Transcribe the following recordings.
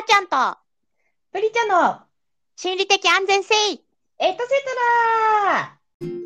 ちゃんとプリちゃんの心理的安全性。 エトセトラ。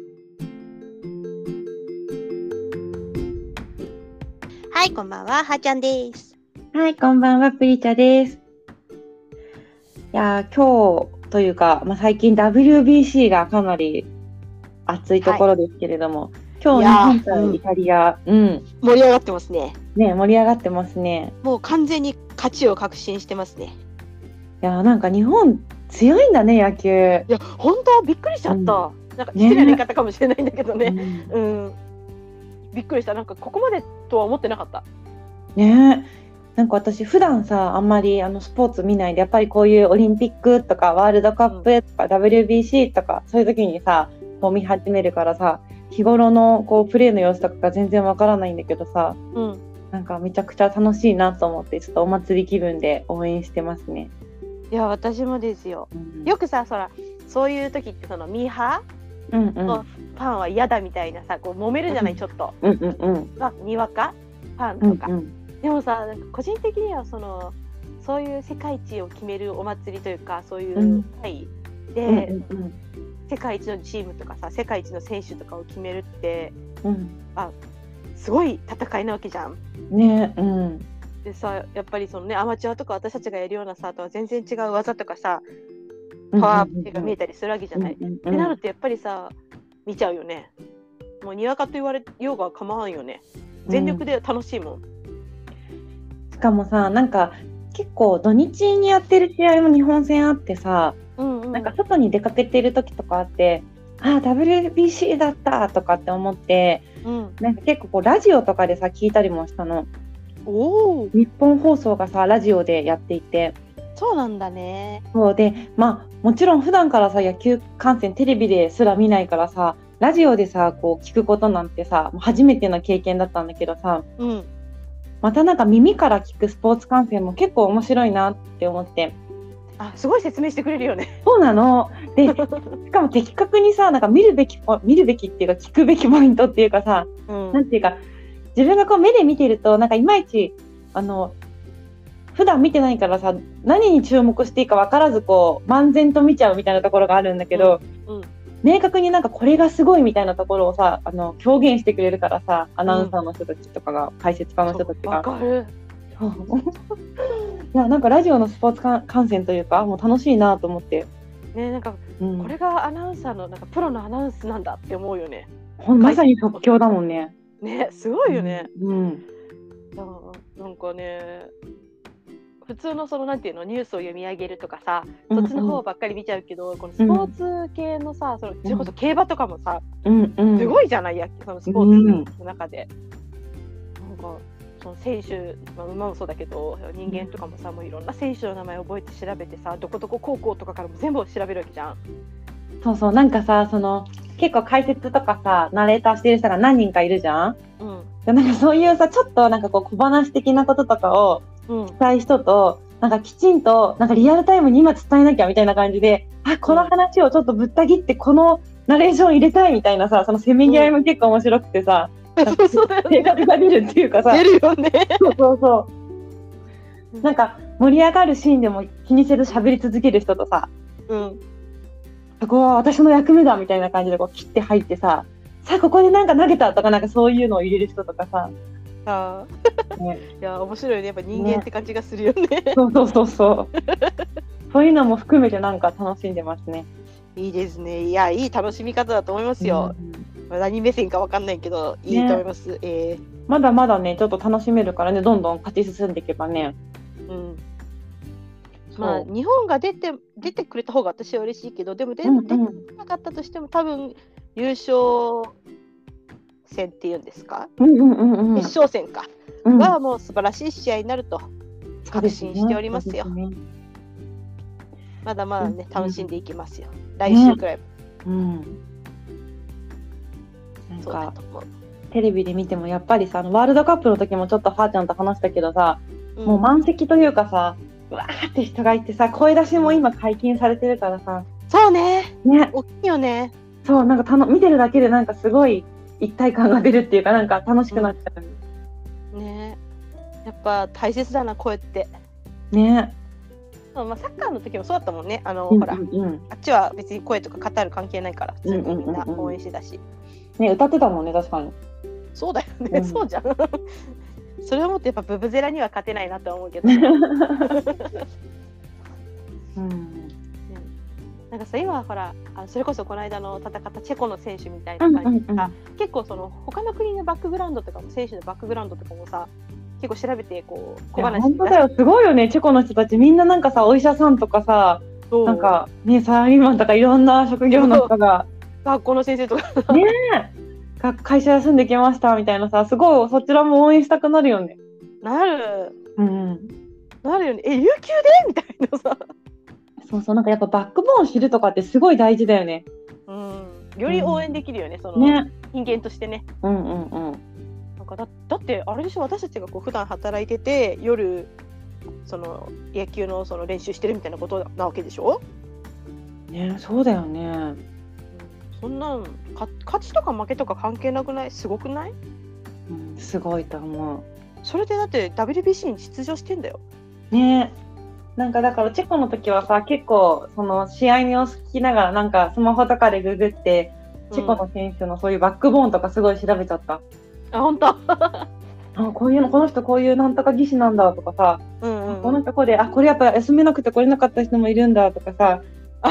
はい、こんばんは、はーちゃんです。 はい、こんばんは、プリチャです。いやー、今日というか、最近 WBC がかなり熱いところですけれども、今日日本対イタリア、 盛り上がってますね。 盛り上がってますね。 もう完全に勝ちを確信してますね。 いやー、なんか日本強いんだね、野球。 いや、本当びっくりしちゃった。なんか失礼な言い方かもしれないんだけどね。びっくりした。なんかここまでとは思ってなかった。 ねえ。なんか私普段さ、あんまりスポーツ見ないで、やっぱりこういうオリンピックとかワールドカップとか WBC とかそういう時にさ、こう見始めるからさ、日頃のこうプレーの様子とかが全然わからないんだけどさ、なんかめちゃくちゃ楽しいなと思って、ちょっとお祭り気分で応援してますね。 いや、私もですよ。よくさ、そういう時ってミーハーのファンは嫌だみたいなさ、こう揉めるじゃない、ちょっと。にわかファンとか。でもさ、なんか個人的にはそういう世界一を決めるお祭りというか、そういう会で、世界一のチームとかさ、世界一の選手とかを決めるって、すごい戦いなわけじゃん。でさ、やっぱりアマチュアとか私たちがやるようなさとは全然違う技とかさ、パワーアップが見えたりするわけじゃない。ってなるとやっぱりさ、見ちゃうよね。もうにわかと言われようが構わんよね。全力で楽しいもん。 しかもさ、なんか結構土日にやってる試合も日本戦あってさ、なんか外に出かけてる時とかあって、WBC だったとかって思って、なんか結構こうラジオとかでさ聞いたりもしたの。日本放送がさラジオでやっていて。 そうなんだね。 そうで、もちろん普段からさ野球観戦テレビですら見ないからさ、ラジオでさこう聞くことなんてさ初めての経験だったんだけどさ、またなんか耳から聞くスポーツ観戦も結構面白いなって思って。 すごい説明してくれるよね。 そうなの。で、しかも的確にさ、なんか見るべきっていうか聞くべきポイントっていうかさ、なんていうか自分がこう目で見てるとなんかいまいち普段見てないからさ、何に注目していいか分からずこう漫然と見ちゃうみたいなところがあるんだけど、明確になんかこれがすごいみたいなところをさ表現してくれるからさ、アナウンサーの人たちとかが、解説家の人たちが。 わかる。 いや、なんかラジオのスポーツ観戦というかもう楽しいなと思って。 ね、なんか、これがアナウンサーのなんかプロのアナウンスなんだって思うよね。 まさに即興だもんね。 ね、すごいよね。なんかね、普通のなんていうの、ニュースを読み上げるとかさ、そっちの方ばっかり見ちゃうけど、このスポーツ系のさ、それこそ競馬とかもさ、すごいじゃない、そのスポーツの中で。なんかその選手、馬もそうだけど、人間とかもさ、もういろんな選手の名前を覚えて調べてさ、どこどこ高校とかからも全部調べるわけじゃん。 そうそう、なんかさ、結構解説とかさ、ナレーターしてる人が何人かいるじゃん。なんかそういうさ、ちょっとなんかこう小話的なこととかをしたい人と、なんかきちんとなんかリアルタイムに今伝えなきゃみたいな感じで、この話をちょっとぶった切ってこのナレーション入れたいみたいなさ、そのせめぎ合いも結構面白くてさ、性格が出るっていうかさ、 出るよね。 なんか盛り上がるシーンでも気にせず喋り続ける人とさ、そこは私の役目だみたいな感じでこう切って入ってさ、ここでなんか投げたとか、なんかそういうのを入れる人とかさ。 いや、面白いね。やっぱ人間って感じがするよね。 そういうのも含めてなんか楽しんでますね。 いいですね。いや、いい楽しみ方だと思いますよ。何目線かわかんないけど、いいと思います。 まだまだね、ちょっと楽しめるからね、どんどん勝ち進んでいけばね。 日本が出てくれた方が私は嬉しいけど、でも出てなかったとしても多分優勝戦っていうんですか、決勝戦か、はもう素晴らしい試合になると確信しておりますよ。まだまだね、楽しんでいきますよ。来週くらい。 なんかテレビで見てもやっぱりさ、ワールドカップの時もちょっとはーちゃんと話したけどさ、もう満席というかさ、わーって人がいてさ、声出しも今解禁されてるからさ。 そうね。大きいよね。 そう、なんか見てるだけでなんかすごい一体感が出るっていうか、なんか楽しくなっちゃう。 ね、やっぱ大切だな、声って。 ね。 まあ、サッカーの時もそうだったもんね。ほら、あっちは別に声とかカタール関係ないから普通にみんな応援してたし、 ね、歌ってたもんね、確かに。 そうだよね、そうじゃんそれをもってやっぱブブゼラには勝てないなと思うけどなんかさ、今はほらそれこそこの間の戦ったチェコの選手みたいな感じでさ、結構その他の国のバックグラウンドとかも選手のバックグラウンドとかもさ結構調べてこう小話。 本当だよ、すごいよね。チェコの人たちみんななんかさ、お医者さんとかさ、なんかね、サラリーマンとかいろんな職業の人が学校の先生とかね会社休んできましたみたいなさ、すごいそちらも応援したくなるよね。 なる、なるよね。有給でみたいなさ。 そうなんかやっぱバックボーン知るとかってすごい大事だよね。 より応援できるよね、その人間としてね。なんかだってあれでしょ、私たちがこう普段働いてて夜その野球のその練習してるみたいなことなわけでしょ。 ね、そうだよね。 そんなん勝ちとか負けとか関係なくない？すごくない？ すごいと思う。 それでだって WBC に出場してんだよ。 ね。なんかだからチェコの時はさ、結構その試合を聞きながらなんかスマホとかでググってチェコの選手のそういうバックボーンとかすごい調べちゃった。 本当こういうの、この人こういうなんとか技師なんだとかさ、この人こでこれやっぱ休めなくて来れなかった人もいるんだとかさ、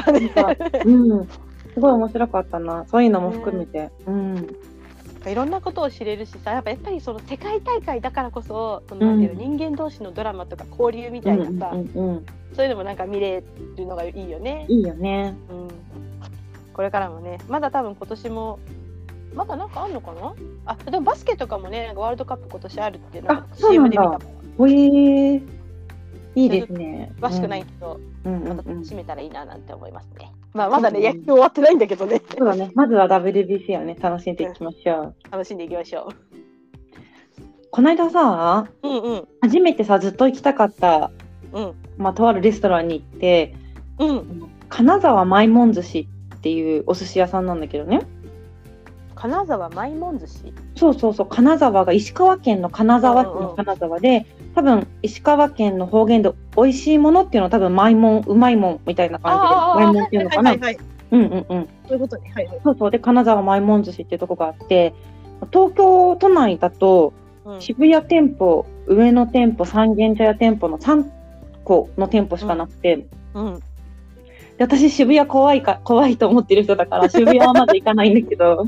すごい面白かったな、そういうのも含めて。 いろんなことを知れるしさ、やっぱりその世界大会だからこそ、なんていうの、人間同士のドラマとか交流みたいなさ、そういうのもなんか見れるのがいいよね。 いいよね。 これからもね、まだ多分今年もまだなんかあんのかな。でもバスケとかもね、なんかワールドカップ今年あるっていうのを CM で見たもん。 いいですね。 詳しくないけど、また楽しめたらいいななんて思いますね。まだね、野球終わってないんだけどね。 そうだね。まずは WBC をね、楽しんでいきましょう。 楽しんでいきましょう。 この間さ、初めてさ、ずっと行きたかった、とあるレストランに行って、金沢まいもん寿司っていうお寿司屋さんなんだけどね。 金沢まいもん寿司。 そう、金沢が石川県の金沢市の金沢で、多分石川県の方言で美味しいものっていうのは多分まいもん、うまいもんみたいな感じでまいもんっていうのかな。 そういうことね。 そうで、金沢まいもん寿司っていうとこがあって、東京都内だと渋谷店舗、上野店舗、三軒茶屋店舗の3個の店舗しかなくて、で私渋谷怖いと思ってる人だから渋谷はまだ行かないんだけど、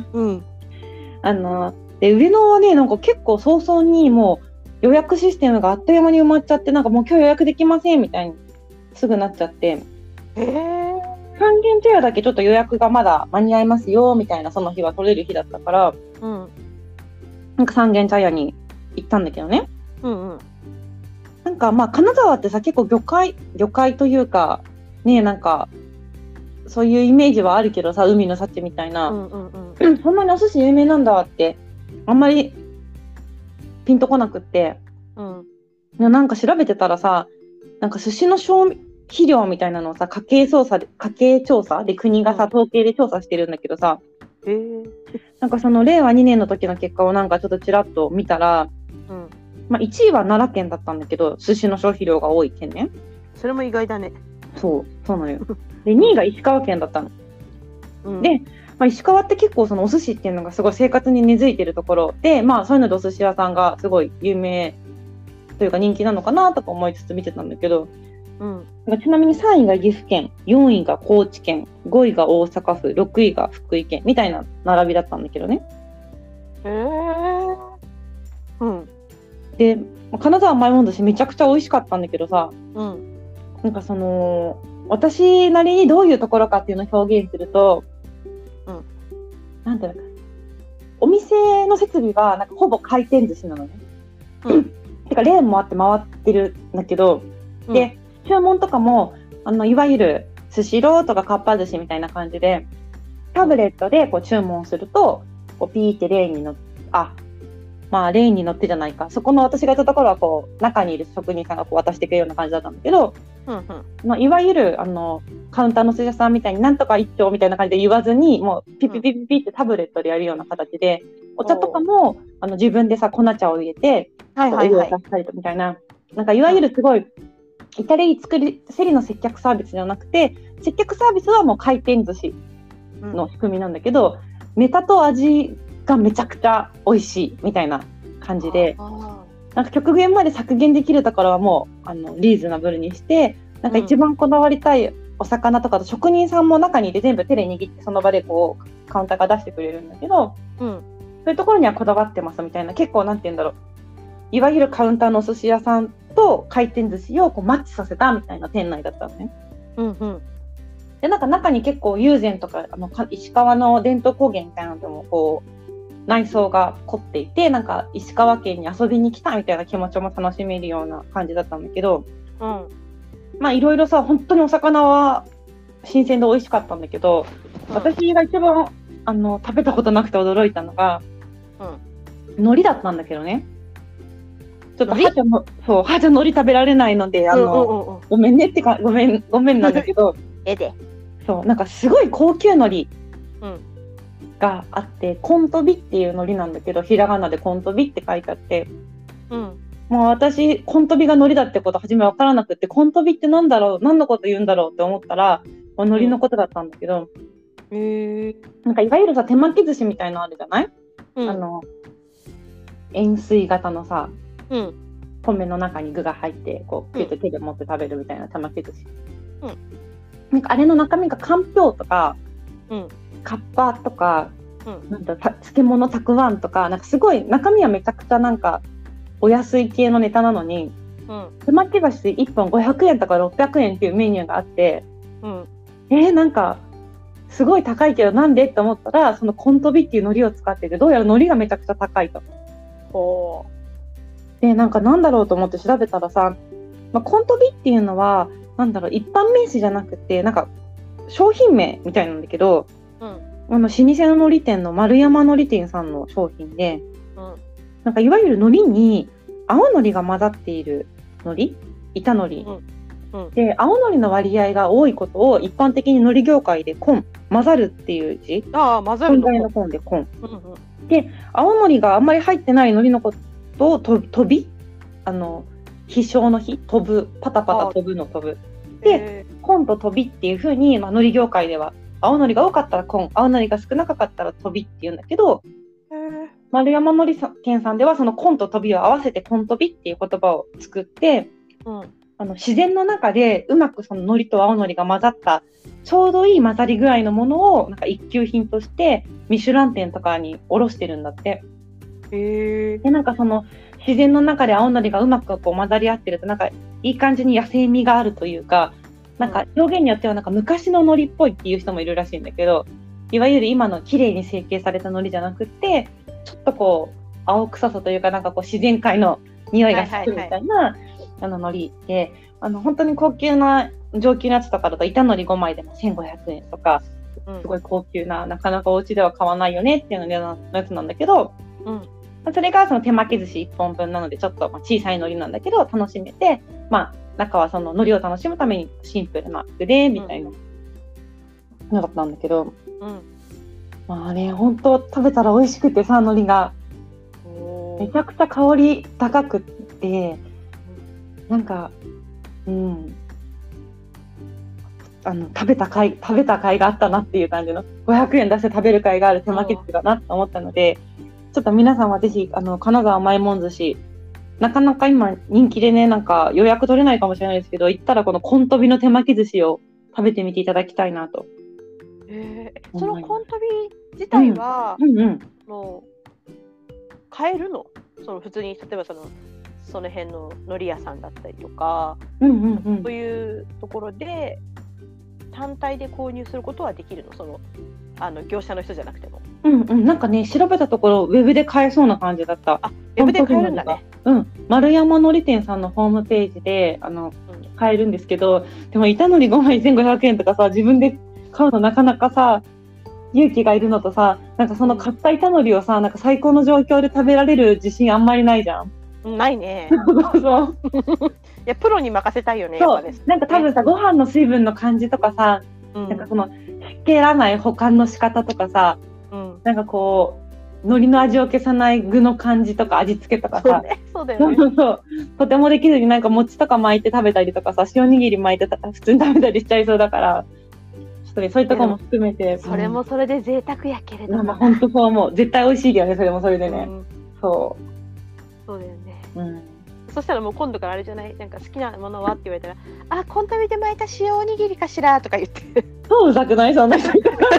で上野はね、なんか結構早々にもう予約システムがあっという間に埋まっちゃって、なんかもう今日予約できませんみたいにすぐなっちゃって、三軒茶屋だけちょっと予約がまだ間に合いますよみたいな、その日は取れる日だったから、なんか三軒茶屋に行ったんだけどね。なんか金沢ってさ、結構魚介というかね、なんかそういうイメージはあるけどさ、海の幸みたいな、そんなにお寿司有名なんだってあんまりピンとこなくって、なんか調べてたらさ、なんか寿司の消費量みたいなのをさ、家計調査で国がさ、統計で調査してるんだけどさ、なんかその令和2年の時の結果をなんかちょっとちらっと見たら、1位は奈良県だったんだけど、寿司の消費量が多い県ね。 それも意外だね。 そうなのよ。で2位が石川県だったの。で、石川って結構そのお寿司っていうのがすごい生活に根付いてるところで、そういうのでお寿司屋さんがすごい有名というか人気なのかなとか思いつつ見てたんだけど、ちなみに3位が岐阜県、4位が高知県、5位が大阪府、6位が福井県みたいな並びだったんだけどね。で、金沢まいもん寿司めちゃくちゃ美味しかったんだけどさ、なんかその私なりにどういうところかっていうのを表現すると、なんていうのか、お店の設備がなんかほぼ回転寿司なのね。てかレーンもあって回ってるんだけど、で注文とかもいわゆるスシローとかかっぱ寿司みたいな感じでタブレットでこう注文するとこうピーってレーンに乗って、レーンに乗ってじゃないか、そこの私がいたところはこう中にいる職人さんがこう渡してくれるような感じだったんだけど、いわゆるカウンターの寿司屋さんみたいになんとか一丁みたいな感じで言わずに、もうピピピピピってタブレットでやるような形で、お茶とかも自分でさ粉茶を入れてお湯を足したりとみたいな、なんかいわゆるすごい至れり尽くせりの接客サービスじゃなくて、接客サービスはもう回転寿司の仕組みなんだけど、ネタと味がめちゃくちゃ美味しいみたいな感じで、なんか極限まで削減できるところはもうリーズナブルにして、なんか一番こだわりたいお魚とかと職人さんも中にいて全部手で握ってその場でこうカウンターが出してくれるんだけど、そういうところにはこだわってますみたいな、結構なんて言うんだろう、いわゆるカウンターのお寿司屋さんと回転寿司をこうマッチさせたみたいな店内だったのね。でなんか中に結構友禅とか石川の伝統工芸みたいなのでもこう内装が凝っていて、なんか石川県に遊びに来たみたいな気持ちも楽しめるような感じだったんだけど、まあいろいろさ、本当にお魚は新鮮で美味しかったんだけど、私が一番食べたことなくて驚いたのが、海苔だったんだけどね。ちょっとはじゃ海苔食べられないのでごめんねってかごめんなんだけどそうなんかすごい高級海苔があって、コントビっていう海苔なんだけど、ひらがなでコントビって書いてあって、もう私コントビが海苔だってこと初め分からなくて、コントビってなんだろう、何のこと言うんだろうって思ったら海苔のことだったんだけど、なんかいわゆるさ手巻き寿司みたいなのあるじゃない、円錐型のさ、米の中に具が入ってこうピュッと手で持って食べるみたいな手巻き寿司、なんかあれの中身がかんぴょうとか、カッパとか、なんだ漬物たくあんとか、なんかすごい中身はめちゃくちゃなんかお安い系のネタなのに、手巻き寿司1本500円とか600円っていうメニューがあって、なんかすごい高いけどなんでって思ったら、そのコントビっていう海苔を使ってて、どうやら海苔がめちゃくちゃ高いと。でなんかなんだろうと思って調べたらさ、コントビっていうのはなんだろう、一般名詞じゃなくてなんか商品名みたいなんだけど、老舗の海苔店の丸山海苔店さんの商品で、なんかいわゆる海苔に青のりが混ざっている海苔、板海苔、で青のりの割合が多いことを一般的に海苔業界で混ざるっていう字、 混ざるの混で混、で青のりがあんまり入ってない海苔のことを飛び、飛翔の飛、飛ぶ、パタパタ飛ぶの飛ぶで、混と飛びっていう風に、海苔業界では青のりが多かったら混、青のりが少なかったら飛びっていうんだけど、丸山海苔店さんではその混と飛びを合わせて混飛びっていう言葉を作って、自然の中でうまくその海苔と青のりが混ざったちょうどいい混ざり具合のものをなんか一級品としてミシュラン店とかに卸してるんだって。でなんかその自然の中で青のりがうまくこう混ざり合ってるとなんかいい感じに野生味があるというか、なんか表現によってはなんか昔の海苔っぽいっていう人もいるらしいんだけど、いわゆる今の綺麗に成形された海苔じゃなくってちょっとこう青臭さというか、なんかこう自然界の匂いがするみたいな海苔で、本当に高級な上級なやつとかだと板海苔5枚でも1500円とか、すごい高級な、なかなかお家では買わないよねっていうのやつなんだけど、それがその手巻き寿司1本分なのでちょっと小さい海苔なんだけど楽しめて、中はその海苔を楽しむためにシンプルな具でみたいなのだったんだけど、あれ本当食べたら美味しくてさ、海苔がめちゃくちゃ香り高くって、なんか食べた甲斐があったなっていう感じの、500円出して食べる甲斐がある手巻き寿司だなと思ったので、ちょっと皆さんはぜひ金沢甘いもん寿司、なかなか今人気でね、なんか予約取れないかもしれないですけど、行ったらこのコントビの手巻き寿司を食べてみていただきたいなと。 そのコントビ自体は、買えるの？その普通に例えばその辺の海苔屋さんだったりとか、そういうところで単体で購入することはできるの？その業者の人じゃなくても。 なんかね、調べたところウェブで買えそうな感じだった。 ウェブで買えるんだね。 丸山海苔店さんのホームページで買えるんですけど、でも板海苔5枚1500円とかさ、自分で買うのなかなかさ勇気がいるのとさ、なんかその買った板海苔をさ、なんか最高の状況で食べられる自信あんまりないじゃん。 ないね。 そういやプロに任せたいよね。 そうですね。なんか多分さ、ご飯の水分の感じとかさ、なんかそのつけらない保管の仕方とかさ、なんかこ海苔の味を消さない具の感じとか味付けとかさ、 そうだよね。 そうとてもできずになんか餅とか巻いて食べたりとかさ、塩握り巻いて普通に食べたりしちゃいそうだから、ちょっとね、そういうとこも含めて。 それもそれで贅沢やけれども。 まあ本当そう思う。絶対美味しいけどね、それもそれでね。 そうだよね。そしたらもう今度からあれじゃない、なんか好きなものはって言われたら、あ、コンタミで巻いた塩おにぎりかしらとか言って。 そううざくないそんな人。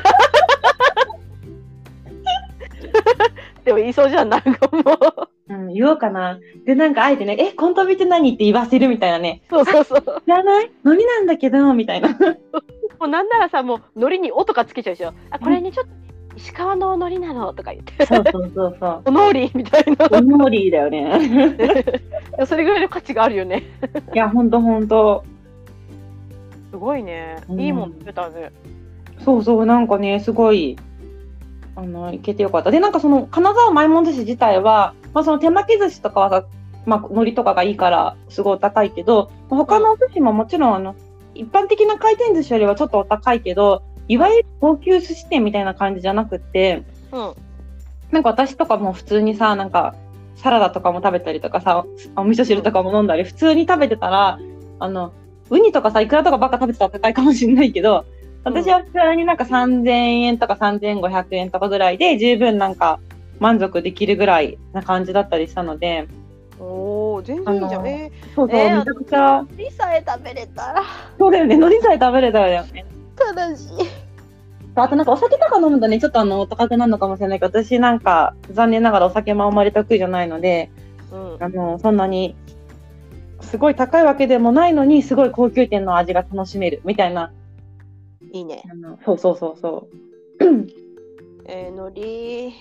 でも言いそうじゃん、なんかもう。言おうかな。で、なんかあえてね、コントミって何って言わせるみたいなね。 そう。知らない海苔なんだけど、みたいな。もうなんならさ、もう海苔に「お」とかつけちゃうでしょ。あ、これにちょっと石川の海苔なのとか言って。 そう。 おのりみたいな。 おのりだよね。 それぐらいの価値があるよね。 いや、ほんと。 すごいね。いいもん食べたね。 そう、なんかね、すごい。行けてよかった。で、なんかその金沢まいもん寿司自体は、まあ、その手巻き寿司とかはさ、まあ、海苔とかがいいからすごい高いけど、他のお寿司ももちろん一般的な回転寿司よりはちょっとお高いけど、いわゆる高級寿司店みたいな感じじゃなくって、なんか私とかも普通にさ、なんかサラダとかも食べたりとかさ、お味噌汁とかも飲んだり、普通に食べてたら、ウニとかさ、イクラとかばっか食べてたら高いかもしれないけど、私は普通になんか3000円とか3500円とかぐらいで十分なんか満足できるぐらいな感じだったりしたので。 全然いいじゃん。 そう、めちゃくちゃ。 海苔さえ食べれたら。 そうだよね、海苔さえ食べれたらだよね。 悲しい。 あとなんかお酒とか飲むとね、ちょっとお高くなるのかもしれないけど、私なんか残念ながらお酒もあんまり得意じゃないので、そんなにすごい高いわけでもないのに、すごい高級店の味が楽しめるみたいな。 いいね。 そう。 海苔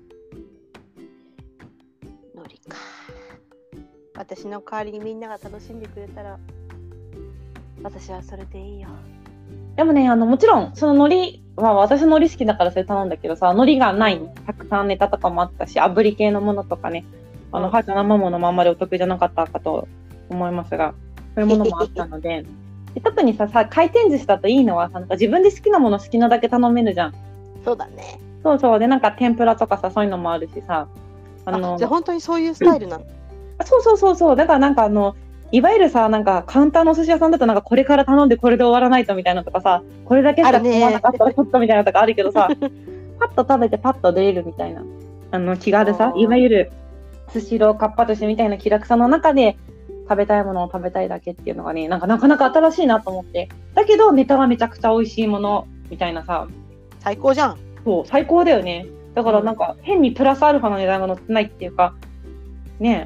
か。私の代わりにみんなが楽しんでくれたら、私はそれでいいよ。 でもね、もちろんその海苔は私の海苔好きだからそれ頼んだけどさ、海苔がないたくさんネタとかもあったし、炙り系のものとかね、はーちゃん生ものもあんまりお得意じゃなかったかと思いますが、そういうものもあったので。で特にさ、回転寿司だといいのはさ、なんか自分で好きなもの好きなだけ頼めるじゃん。 そうだね。 そうで、なんか天ぷらとかさ、そういうのもあるしさ。 じゃあ本当にそういうスタイルなの？ そう。だからなんかいわゆるさ、なんかカウンターのお寿司屋さんだとなんかこれから頼んでこれで終わらないとみたいなとかさ、これだけしか頼まなかったらちょっとみたいなとかあるけどさ、パッと食べてパッと出れるみたいな、気軽さ、いわゆるスシローかっぱ寿司みたいな気楽さの中で、食べたいものを食べたいだけっていうのがね、なんかなかなか新しいなと思って。だけどネタはめちゃくちゃ美味しいものみたいなさ。 最高じゃん。 そう、最高だよね。だからなんか変にプラスアルファの値段が乗ってないっていうか、ね、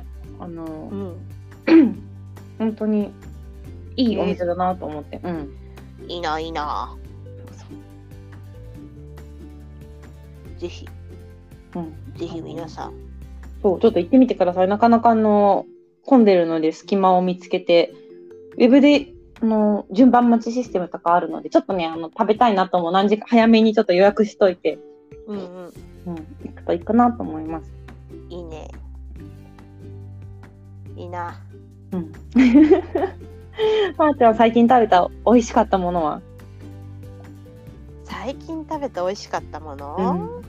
本当にいいお店だなと思って。 いいな。ぜひ皆さん。 そう、ちょっと行ってみてください。なかなか混んでるので隙間を見つけて、ウェブで順番待ちシステムとかあるので、ちょっとね、食べたいなと思う何時間早めにちょっと予約しといて、行くといいかなと思います。 いいね。いいな。 まーちゃん最近食べた美味しかったものは？ 最近食べた美味しかったもの？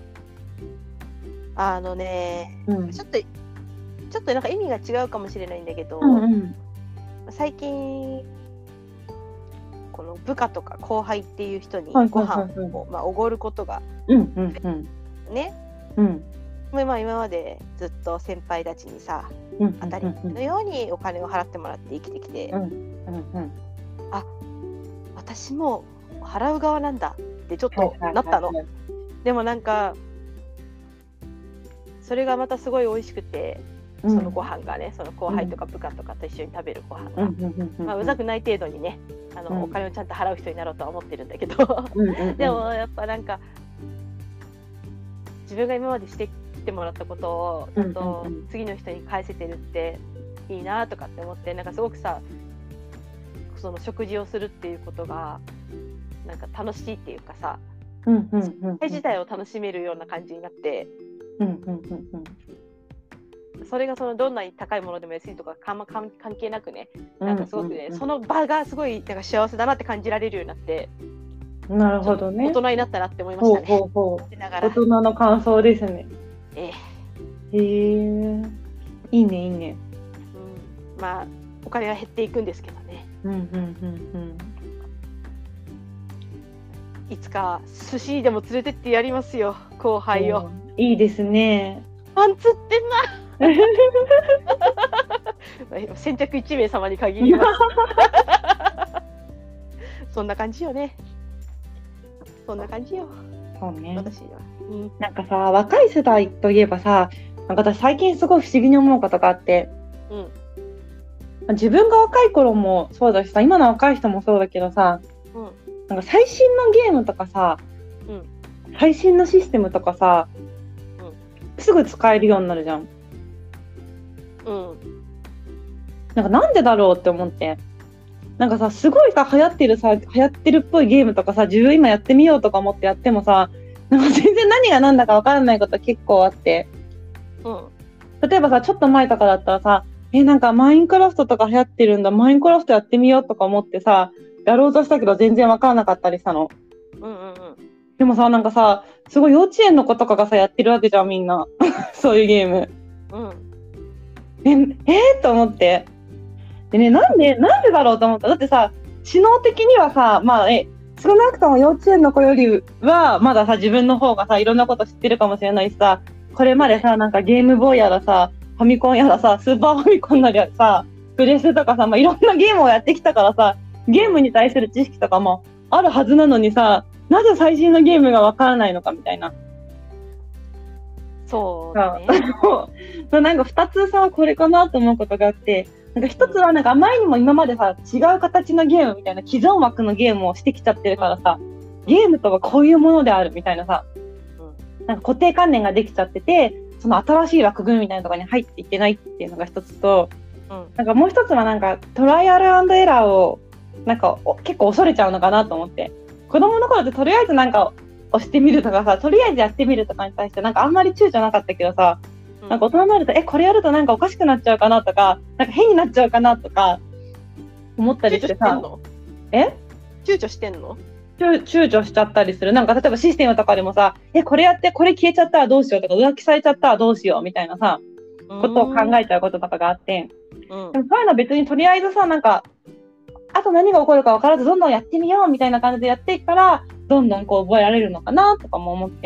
ちょっとなんか意味が違うかもしれないんだけど、最近この部下とか後輩っていう人にご飯をおごることがね、今までずっと先輩たちにさ、当たり前のようにお金を払ってもらって生きてきて、あ、私も払う側なんだってちょっとなったの。でもなんかそれがまたすごい美味しくて、そのご飯がね、その後輩とか部下とかと一緒に食べるご飯が、うざくない程度にね、お金をちゃんと払う人になろうとは思ってるんだけど、でもやっぱなんか自分が今までしてきてもらったことをちゃんと次の人に返せてるっていいなとかって思って、なんかすごくさ、その食事をするっていうことがなんか楽しいっていうかさ、自体を楽しめるような感じになって、それがどんなに高いものでも安いとか関係なくね、なんかすごくね、その場がすごいなんか幸せだなって感じられるようになって。 なるほどね。 大人になったなって思いましたね。 大人の感想ですね。 えへえ、いいねいいね。 まあお金は減っていくんですけどね。いつか寿司でも連れてってやりますよ、後輩を。 いいですね。 パン釣ってんな。先着1名様に限ります。そんな感じよね。そんな感じよ。 そうね。 私は。 なんかさ、若い世代といえばさ、なんか私最近すごい不思議に思うことがあって、自分が若い頃もそうだしさ、今の若い人もそうだけどさ、なんか最新のゲームとかさ、最新のシステムとかさ、すぐ使えるようになるじゃん。なんでだろうって思って。なんかさ、すごいさ、流行ってるっぽいゲームとかさ、自分今やってみようとか思ってやってもさ、なんか全然何が何だか分からないこと結構あって。例えばさ、ちょっと前とかだったらさ、なんかマインクラフトとか流行ってるんだ、マインクラフトやってみようとか思ってさ、やろうとしたけど全然分からなかったりしたの。でもさ、なんかさ、すごい幼稚園の子とかがさ、やってるわけじゃん、みんな。そういうゲーム。と思って。でね、なんでだろうと思った。だってさ、知能的にはさ、まあ、少なくとも幼稚園の子よりは、まださ、自分の方がさ、いろんなこと知ってるかもしれないしさ、これまでさ、なんかゲームボーイやらさ、ファミコンやらさ、スーパーファミコンなりさ、プレステとかさ、まあ、いろんなゲームをやってきたからさ、ゲームに対する知識とかもあるはずなのにさ、なぜ最新のゲームがわからないのかみたいな。 そうだね。 なんか2つさ、これかなと思うことがあって、なんか1つはなんかあまりにも今までさ、違う形のゲームみたいな既存枠のゲームをしてきちゃってるからさ、ゲームとはこういうものであるみたいなさ、なんか固定観念ができちゃってて、その新しい枠組みみたいなところに入っていってないっていうのが1つと、なんかもう1つはなんかトライアル&エラーをなんか結構恐れちゃうのかなと思って、子供の頃ってとりあえずなんか押してみるとかさ、とりあえずやってみるとかに対してなんかあんまり躊躇なかったけどさ、なんか大人になるとこれやるとなんかおかしくなっちゃうかなとか、なんか変になっちゃうかなとか思ったりしてさ。 躊躇してんの？ 躊躇しちゃったりする。なんか例えばシステムとかでもさ、これやってこれ消えちゃったらどうしようとか、浮気されちゃったらどうしようみたいなさ、ことを考えちゃうこととかがあって、でもそういうの別にとりあえずさ、なんかあと何が起こるか分からずどんどんやってみようみたいな感じでやっていくから、どんどんこう覚えられるのかなとかも思って、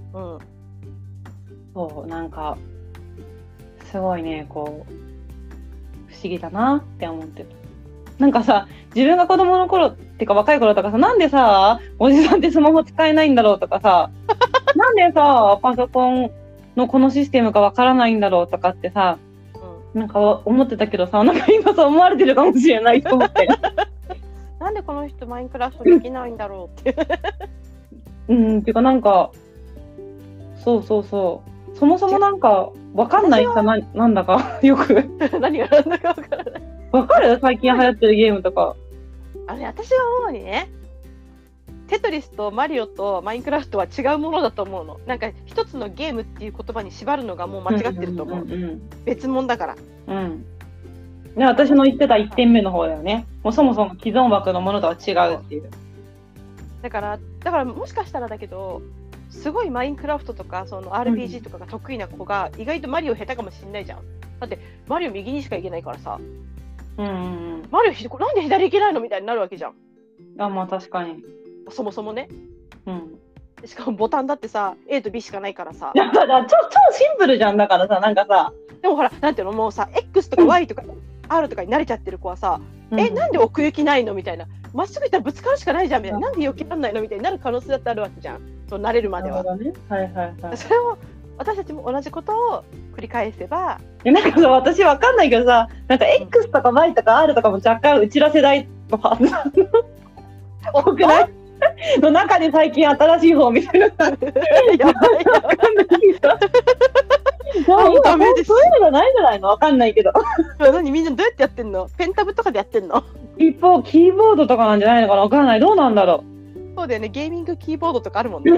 そうなんかすごいね、こう不思議だなって思ってた。なんかさ、自分が子供の頃ってか若い頃とかさ、なんでさおじさんってスマホ使えないんだろうとかさなんでさパソコンのこのシステムがわからないんだろうとかってさ、なんか思ってたけどさ、なんか今そう思われてるかもしれないと思ってなんでこの人マインクラフトできないんだろうってっていうかなんかそうそもそもなんかわかんないかなんだかよく何がなんだかわからない。 わかる？最近流行ってるゲームとか。 私は思うにね、テトリスとマリオとマインクラフトは違うものだと思うの。なんか一つのゲームっていう言葉に縛るのがもう間違ってると思う。別物だから。 で、私の言ってた1点目の方だよね。もうそもそも既存枠のものとは違うっていう。 だからもしかしたらだけど、すごいマインクラフトとかその RPG とかが得意な子が意外とマリオ下手かもしれないじゃん。だってマリオ右にしか行けないからさ。マリオなんで左行けないのみたいになるわけじゃん。 まあ確かに。 そもそもね。しかもボタンだってさ A と B しかないからさ。 だから超シンプルじゃん。だからさ、なんかさ。 でもほら、なんていうの、もうさ X とか Y とか R とかに慣れちゃってる子はさ、なんで奥行きないのみたいな。まっすぐ行ったらぶつかるしかないじゃんみたいな。なんで避けられないのみたいになる可能性だってあるわけじゃん。そう慣れるまでは。それを私たちも同じことを繰り返せば。 なんかさ、私わかんないけどさ、なんか X とか Y とか R とかも若干うちら世代のはず多くないの中で最近新しい方みたいな。やばい。わかんないけど。ダメです。そういうのがないんじゃないの？わかんないけど。 みんなどうやってやってんの？ペンタブとかでやってんの？ 一方キーボードとかなんじゃないのかな？わかんない。どうなんだろう。そうだよね。ゲーミングキーボードとかあるもんね。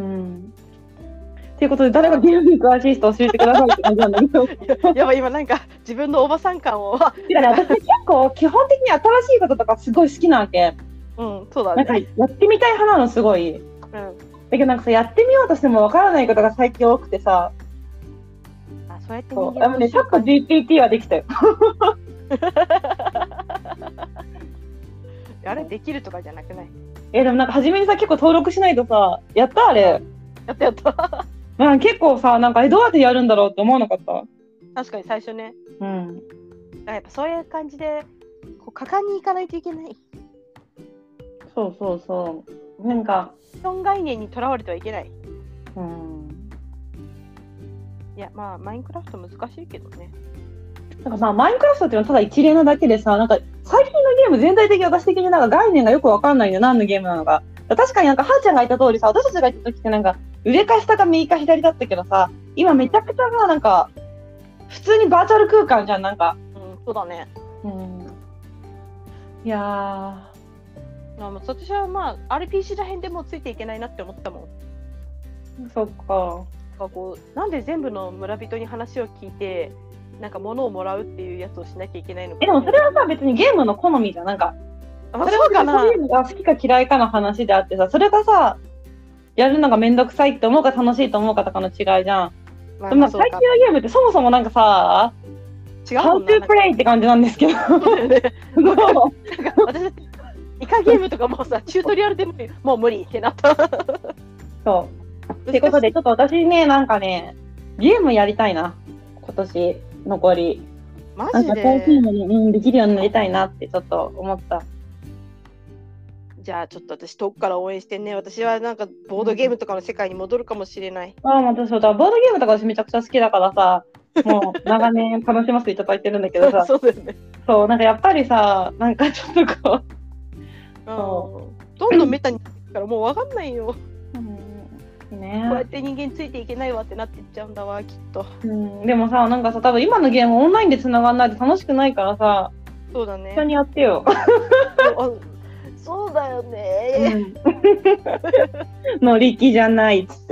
ということで、誰がゲームに詳しい人教えてくださいって感じなんだけど。 やばい、今なんか自分のおばさん感を。 私結構基本的に新しいこととかすごい好きなわけ。 そうだね。 なんかやってみたい派なのすごい。だけどなんかさ、やってみようとしてもわからないことが最近多くてさ。 そうやって人間ね、チャット GPT はできたよ。 あれできるとかじゃなくない？ でもなんか初めにさ結構登録しないとさ、やったあれ。 やったやった。 結構さ、なんかどうやってやるんだろうって思わなかった？ 確かに最初ね。 うん。 やっぱそういう感じでこう果敢にいかないといけない。 そうそうそう。なんか既存概念にとらわれてはいけない。 うん。 いやまあマインクラフト難しいけどね。 なんかまあマインクラフトっていうのはただ一例なだけでさ、なんか最近のゲーム全体的に私的になんか概念がよくわかんないんだよ、何のゲームなのか。確かになんかはーちゃんが言った通りさ、私たちが言った時ってなんか上か下か右か左だったけどさ、今めちゃくちゃさ、なんか普通にバーチャル空間じゃん、なんか。 そうだね。 いやー。私はまあ RPG らへんでもうついていけないなって思ったもん。そっか。 こうなんで全部の村人に話を聞いてなんか物をもらうっていうやつをしなきゃいけないのか。 でもそれはさ別にゲームの好みじゃん。なんかそれはゲームが好きか嫌いかの話であってさ、それがさやるのがめんどくさいって思うか楽しいと思うかとかの違いじゃん。でも最近のゲームってそもそもなんかさ、 違うもんな。 How to play って感じなんですけど。 私イカゲームとかもさチュートリアルでもう無理ってなった。 そう。ってことでちょっと私ねなんかねゲームやりたいな今年残り。 マジで？ なんか最近もね、できるようになりたいなってちょっと思った。 じゃあちょっと私遠くから応援してね。私はなんかボードゲームとかの世界に戻るかもしれない。 またそうだ。ボードゲームとか私めちゃくちゃ好きだからさ、もう長年楽しませていただいてるんだけどさ。 そうですね。 そうなんかやっぱりさなんかちょっとこうどんどんメタになっていくからもう分かんないよ。 ね、 こうやって人間ついていけないわってなっていっちゃうんだわきっと。 でもさなんかさ多分今のゲームオンラインで繋がんないと楽しくないからさ。 そうだね。 一緒にやってよ。 そうだよね。 乗り気じゃないっつって。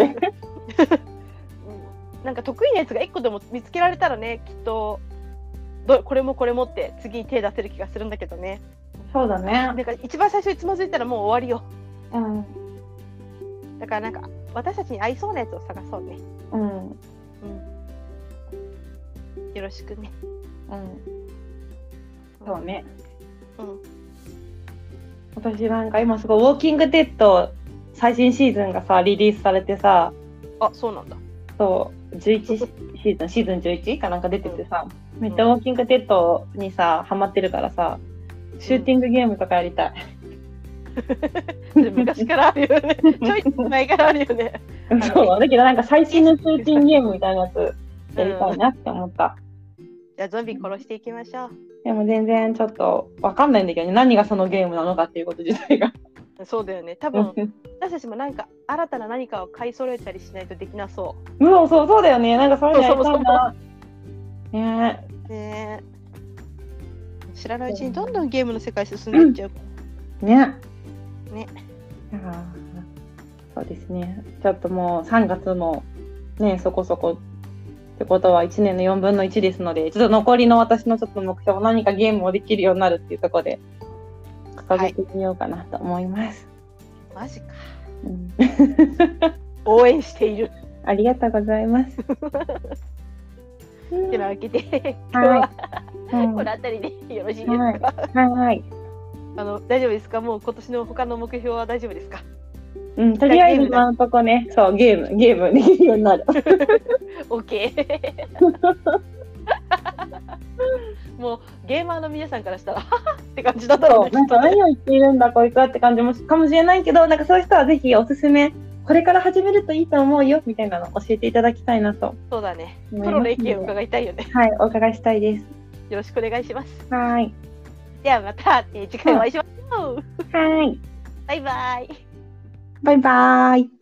なんか得意なやつが1個でも見つけられたらねきっとこれもこれもって次に手出せる気がするんだけどね。 そうだね。 だから一番最初につまずいたらもう終わりよ。だからなんか私たちに合いそうなやつを探そうね。よろしくね。 そうね。私なんか今すごいウォーキングデッド最新シーズンがさリリースされてさ。 あ、そうなんだ。 そう11シーズン11かなんか出ててさ、めっちゃウォーキングデッドにさハマってるからさ、シューティングゲームとかやりたい。 昔からあるよね。ちょい前からあるよね。 そうだけどなんか最新のシューティングゲームみたいなやつやりたいなって思った。 じゃあゾンビ殺していきましょう。 でも全然ちょっとわかんないんだけどね、何がそのゲームなのかっていうこと自体が。 そうだよね。多分私たちもなんか新たな何かを買い揃えたりしないとできなそう。 そうだよね。なんかそういうのやりたいな。 ね。知らないうちにどんどんゲームの世界進んでいっちゃう。 ね。そうですね。ちょっともう3月もねそこそこってことは1年の4分の1ですので、ちょっと残りの私のちょっと目標、何かゲームをできるようになるっていうところで掲げてみようかなと思います。 マジか。応援している。 ありがとうございます。 てなわけで今日はこのあたりでよろしいですか？ はい。 大丈夫ですか？もう今年の他の目標は大丈夫ですか？ とりあえず今のとこね、そうゲームできるようになる。 OK。もうゲーマーの皆さんからしたらって感じだったろうね。 なんか何を言っているんだこいつはって感じもかもしれないけど、なんかそういう人はぜひおすすめ、これから始めるといいと思うよみたいなの教えていただきたいなと。 そうだね。プロの意見を伺いたいよね。 はい、お伺いしたいです。 よろしくお願いします。 はい。 ではまた、次回お会いしましょう。 はい。 バイバイ。 バイバイ。